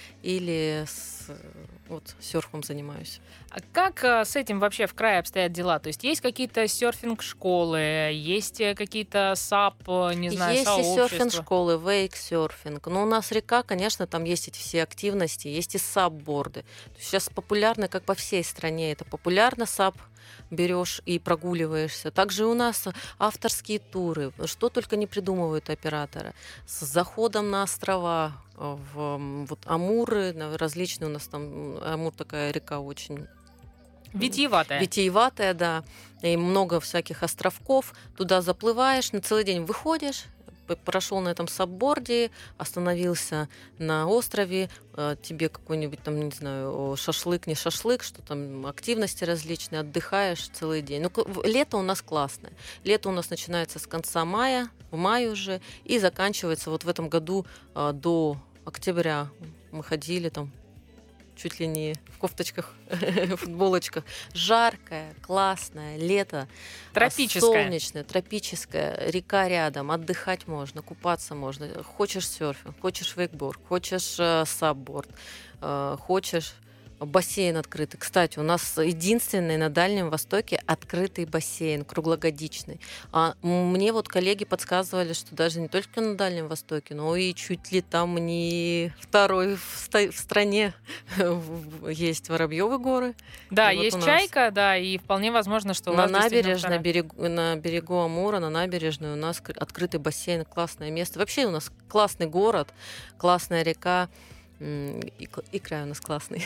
или с, э, вот, серфом занимаюсь. А как э, с этим вообще в крае обстоят дела? То есть есть какие-то серфинг-школы, есть э, какие-то САП, э, не знаю, Есть и сообщества? серфинг-школы, вейк-серфинг. Но у нас река, конечно, там есть эти все активности, есть и сабборды. То есть сейчас популярно, как по всей стране, это популярно саб берешь и прогуливаешься. Также у нас авторские туры, что только не придумывают операторы. С заходом на острова, э, в м, вот Амуры, на- различные у нас там, м, Амур такая река очень Витиеватая. витиеватая, да, и много всяких островков. Туда заплываешь, на целый день выходишь, п- прошел на этом сабборде, остановился на острове, э, тебе какой-нибудь там, не знаю, о, шашлык, не шашлык, что там, активности различные, отдыхаешь целый день. Ну, к- в- лето у нас классное. Лето у нас начинается с конца мая, в мае уже, и заканчивается вот в этом году э, до октября. Мы ходили там чуть ли не в кофточках, футболочках. Жаркое, классное лето. а, Тропическая. Солнечное, тропическое. Река рядом, отдыхать можно, купаться можно. Хочешь серфинг, хочешь вейкборд, хочешь э, сабборд, э, хочешь бассейн открытый. Кстати, у нас единственный на Дальнем Востоке открытый бассейн, круглогодичный. А мне вот коллеги подсказывали, что даже не только на Дальнем Востоке, но и чуть ли там не второй в, ста- в стране есть Воробьевы горы. Да, И вот есть у нас Чайка, да, и вполне возможно, что у на вас действительно набережной, вторая. берегу, на берегу Амура, на набережной у нас к- открытый бассейн, классное место. Вообще у нас классный город, классная река, м, и, к- и край у нас классный.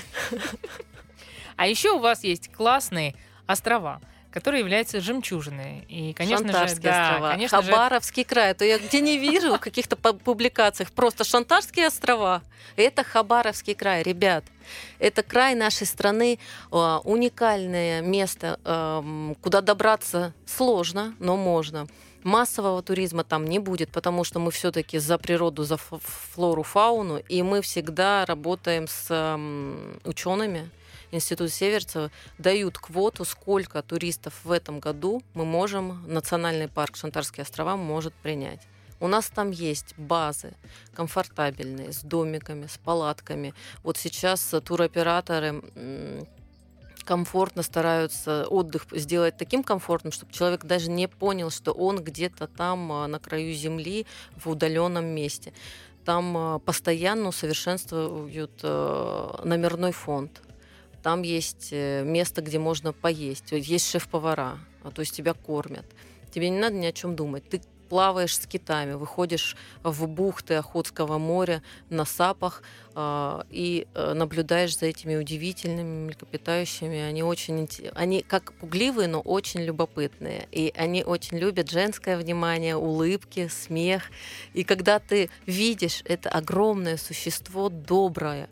А еще у вас есть классные острова, которые являются жемчужиной. И, конечно же, Шантарские да, острова, конечно же, Хабаровский край. То я где не вижу в каких-то пу- публикациях просто Шантарские острова. Это Хабаровский край, ребят. Это край нашей страны, а, уникальное место, ам, куда добраться сложно, но можно. Массового туризма там не будет, потому что мы все-таки за природу, за ф- флору, фауну, и мы всегда работаем с ам, учеными. Институт Северцева дают квоту, сколько туристов в этом году мы можем, национальный парк Шантарские острова может принять. У нас там есть базы комфортабельные, с домиками, с палатками. Вот сейчас туроператоры м, комфортно стараются отдых сделать таким комфортным, чтобы человек даже не понял, что он где-то там а, на краю земли в удаленном месте. Там а, постоянно усовершенствуют а, номерной фонд. Там есть э, место, где можно поесть. Есть шеф-повара, а, то есть тебя кормят. Тебе не надо ни о чем думать. Ты плаваешь с китами, выходишь в бухты Охотского моря на сапах э, и э, наблюдаешь за этими удивительными млекопитающими. Они очень, инте- они как пугливые, но очень любопытные. И они очень любят женское внимание, улыбки, смех. И когда ты видишь это огромное существо доброе,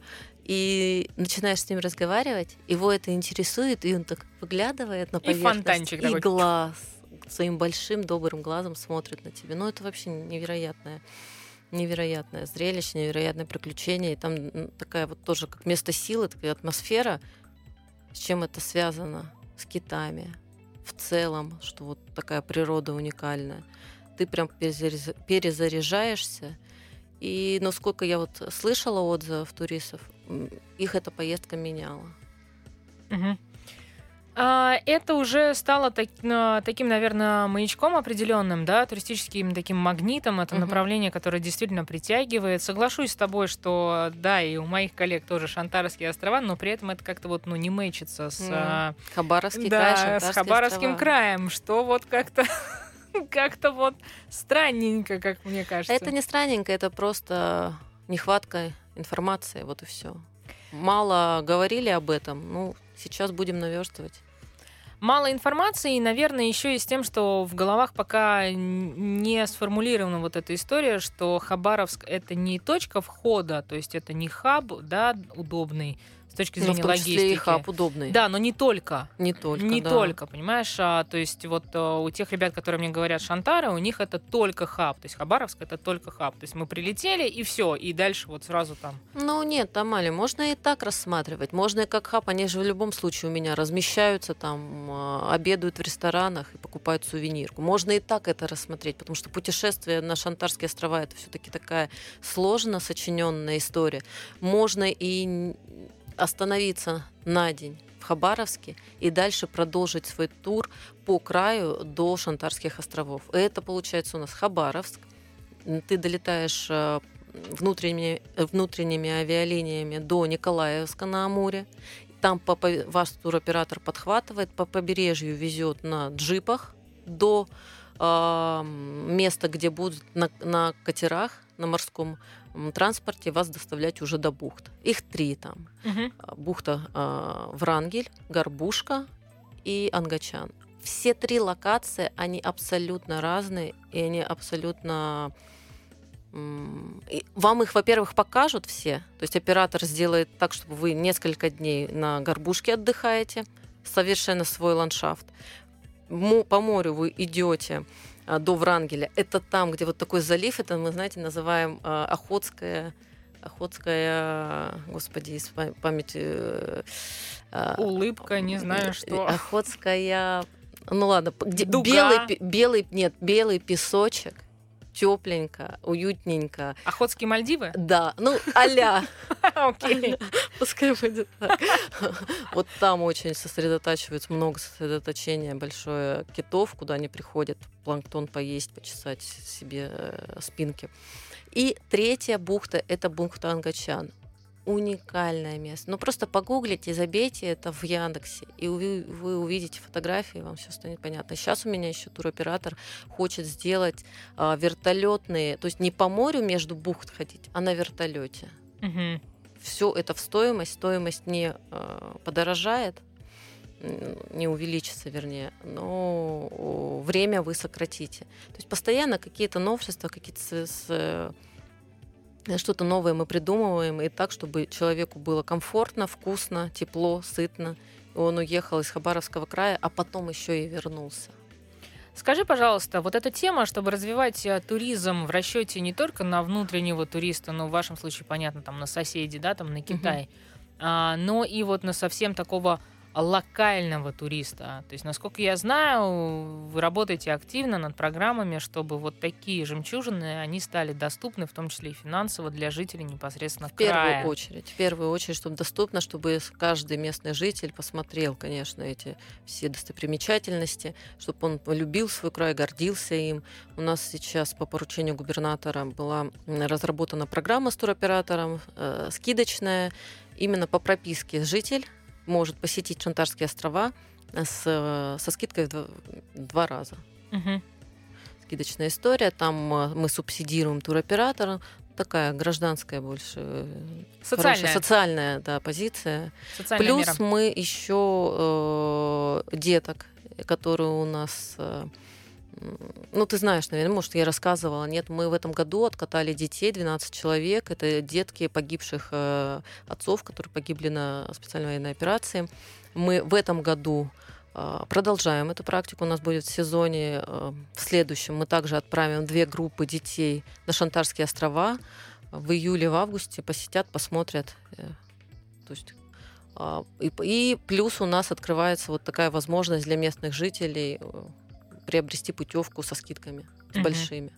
и начинаешь с ним разговаривать, его это интересует, и он так выглядывает на И поверхность, фонтанчик и такой. глаз своим большим добрым глазом смотрит на тебя. Ну, это вообще невероятное, невероятное зрелище, невероятное приключение. И там м, такая вот тоже как место силы, такая атмосфера. С чем это связано? С китами. В целом, что вот такая природа уникальная. Ты прям перезаряж- перезаряжаешься. И насколько я вот слышала отзывов туристов, м, их эта поездка меняла. Мгм. А, это уже стало так- на- таким, наверное, маячком определенным, да, туристическим таким магнитом. Это Мгм. направление, которое действительно притягивает. Соглашусь с тобой, что да, и у моих коллег тоже Шантарские острова, но при этом это как-то вот, ну, не мэчится с, М. а, Хабаровский край, да, с Шантарские Хабаровским острова. краем, что вот как-то как-то вот странненько, как мне кажется. Это не странненько, это просто нехватка информации, вот и все. Мало говорили об этом, ну, сейчас будем наверстывать. Мало информации, и, наверное, еще и с тем, что в головах пока н- не сформулирована вот эта история, что Хабаровск — это не точка входа, то есть это не хаб, да, удобный с точки Ну, зрения в том числе и логистики. хаб удобный. Да, но не только. Не только, не да. только, понимаешь? А, то есть вот а, у тех ребят, которые мне говорят Шантары, у них это только хаб. То есть Хабаровск — это только хаб. То есть мы прилетели, и все, и дальше вот сразу там. Ну нет, Тамали, можно и так рассматривать. Можно и как хаб, они же в любом случае у меня размещаются там, а, обедают в ресторанах и покупают сувенирку. Можно и так это рассмотреть, потому что путешествие на Шантарские острова — это все-таки такая сложно сочиненная история. Можно и н- остановиться на день в Хабаровске и дальше продолжить свой тур по краю до Шантарских островов. Это получается у нас Хабаровск. Ты долетаешь э, внутренними, внутренними авиалиниями до Николаевска на Амуре. Там по, по- вас туроператор подхватывает, по побережью везет на джипах до э, места, где будут на, на катерах, на морском м, транспорте вас доставлять уже до бухт. Их три там. Мгм. А, Бухта э, Врангель, Горбушка и Ангачан. Все три локации, они абсолютно разные, и они абсолютно... м, и Вам их, во-первых, покажут все. То есть оператор сделает так, чтобы вы несколько дней на Горбушке отдыхаете, совершенно свой ландшафт. Мо- По морю вы идете а, до Врангеля. Это там, где вот такой залив, это мы, знаете, называем а, Охотская... Охотская, господи, из па- памяти... э, а, Улыбка, не знаю что. Охотская... Ну ладно, п- где Дуга. белый, пе- белый, нет, белый песочек, тепленько, уютненько. Охотские Мальдивы? Да, ну, а-ля. Окей. Пускай будет так. Вот там очень сосредотачивается, много сосредоточения большое китов, куда они приходят, планктон поесть, почесать себе спинки. И третья бухта — это бухта Ангачан. Уникальное место. Ну, просто погуглите, забейте это в Яндексе, и вы, вы увидите фотографии, вам все станет понятно. Сейчас у меня еще туроператор хочет сделать а, вертолетные, то есть не по морю между бухт ходить, а на вертолете. Угу. Все это в стоимость, стоимость не а, подорожает, не увеличится, вернее, но время вы сократите. То есть постоянно какие-то новшества, какие-то с, с что-то новое мы придумываем, и так, чтобы человеку было комфортно, вкусно, тепло, сытно. И он уехал из Хабаровского края, а потом еще и вернулся. Скажи, пожалуйста, вот эта тема, чтобы развивать туризм в расчете не только на внутреннего туриста, но в вашем случае, понятно, там на соседей, да, там на Китай, uh-huh. а, но и вот на совсем такого локального туриста. То есть, насколько я знаю, вы работаете активно над программами, чтобы вот такие жемчужины, они стали доступны, в том числе и финансово, для жителей непосредственно в края. В первую очередь. В первую очередь, чтобы доступно, чтобы каждый местный житель посмотрел, конечно, эти все достопримечательности, чтобы он полюбил свой край, гордился им. У нас сейчас по поручению губернатора была разработана программа с туроператором, э, скидочная, именно по прописке житель может посетить Шантарские острова с, со скидкой в два, два раза. Угу. Скидочная история. Там мы субсидируем туроператора. Такая гражданская больше. Социальная. Хорошая, социальная, да, позиция. Социальная Плюс мера. мы еще э, деток, которые у нас... Э, ну, ты знаешь, наверное, может, я рассказывала. Нет, мы в этом году откатали детей, двенадцать человек. Это детки погибших э, отцов, которые погибли на специальной военной операции. Мы в этом году э, продолжаем эту практику. У нас будет в сезоне, э, в следующем, мы также отправим две группы детей на Шантарские острова. В июле, в августе посетят, посмотрят. Э, то есть, э, и, и плюс у нас открывается вот такая возможность для местных жителей э, приобрести путевку со скидками, с uh-huh. большими.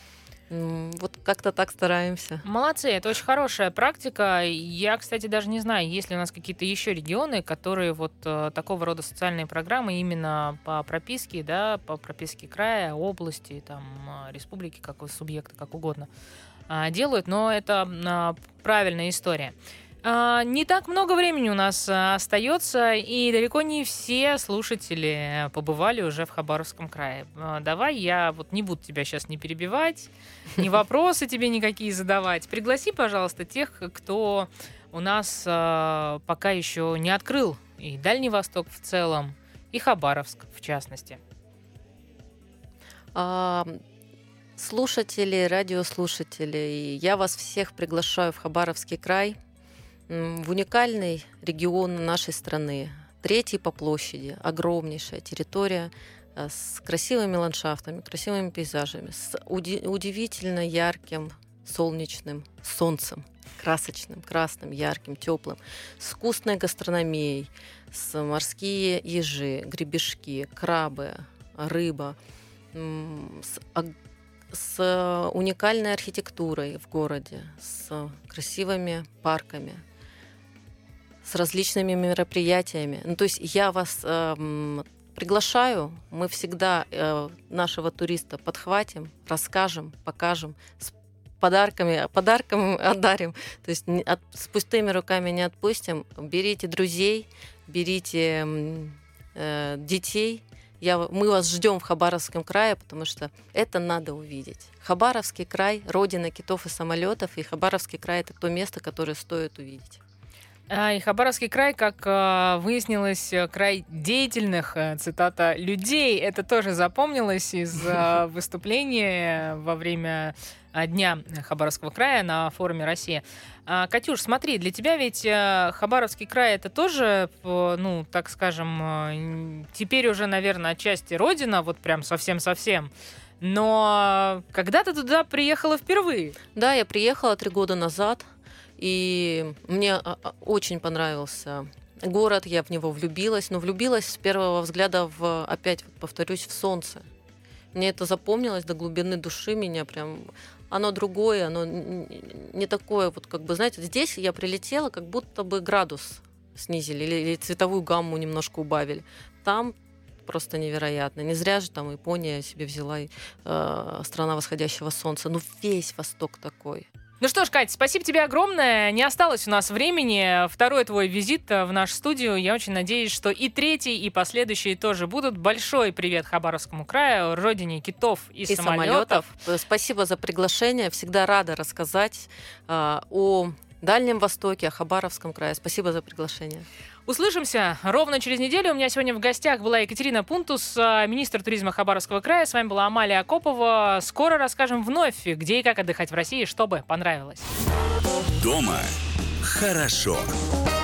Вот как-то так стараемся. Молодцы, это очень хорошая практика. Я, кстати, даже не знаю, есть ли у нас какие-то еще регионы, которые вот э, такого рода социальные программы именно по прописке, да, по прописке края, области, там, республики, как субъекта, как угодно, э, делают, но это э, правильная история. Не так много времени у нас остается, и далеко не все слушатели побывали уже в Хабаровском крае. Давай я вот не буду тебя сейчас не перебивать, ни вопросы тебе никакие задавать. Пригласи, пожалуйста, тех, кто у нас пока еще не открыл и Дальний Восток в целом, и Хабаровск в частности. А... Слушатели, радиослушатели, я вас всех приглашаю в Хабаровский край, в уникальный регион нашей страны, третий по площади, огромнейшая территория с красивыми ландшафтами, красивыми пейзажами, с уди- удивительно ярким солнечным солнцем, красочным, красным, ярким, теплым, с вкусной гастрономией, с морские ежи, гребешки, крабы, рыба, с с уникальной архитектурой в городе, с красивыми парками, с различными мероприятиями. Ну, то есть я вас э, приглашаю, мы всегда э, нашего туриста подхватим, расскажем, покажем, с подарками, подарком одарим. То есть не, от, с пустыми руками не отпустим. Берите друзей, берите э, детей. Я, мы вас ждем в Хабаровском крае, потому что это надо увидеть. Хабаровский край — родина китов и самолетов, и Хабаровский край — это то место, которое стоит увидеть. И Хабаровский край, как выяснилось, край деятельных, цитата, людей. Это тоже запомнилось из выступления во время Дня Хабаровского края на форуме «Россия». Катюш, смотри, для тебя ведь Хабаровский край — это тоже, ну, так скажем, теперь уже, наверное, отчасти родина, вот прям совсем-совсем. Но когда ты туда приехала впервые? Да, я приехала три года назад. И мне очень понравился город, я в него влюбилась, но влюбилась с первого взгляда в, опять повторюсь, в солнце. Мне это запомнилось до глубины души, меня прям... Оно другое, оно не такое, вот как бы, знаете, здесь я прилетела, как будто бы градус снизили или, или цветовую гамму немножко убавили. Там просто невероятно. Не зря же там Япония себе взяла э, страна восходящего солнца. Ну, весь Восток такой. Ну что ж, Кать, спасибо тебе огромное. Не осталось у нас времени. Второй твой визит в нашу студию. Я очень надеюсь, что и третий, и последующие тоже будут. Большой привет Хабаровскому краю, родине китов и, и самолетов. самолетов. Спасибо за приглашение. Всегда рада рассказать э, о Дальнем Востоке, о Хабаровском крае. Спасибо за приглашение. Услышимся ровно через неделю. У меня сегодня в гостях была Екатерина Пунтус, министр туризма Хабаровского края. С вами была Амалия Акопова. Скоро расскажем вновь, где и как отдыхать в России, чтобы понравилось. Дома хорошо.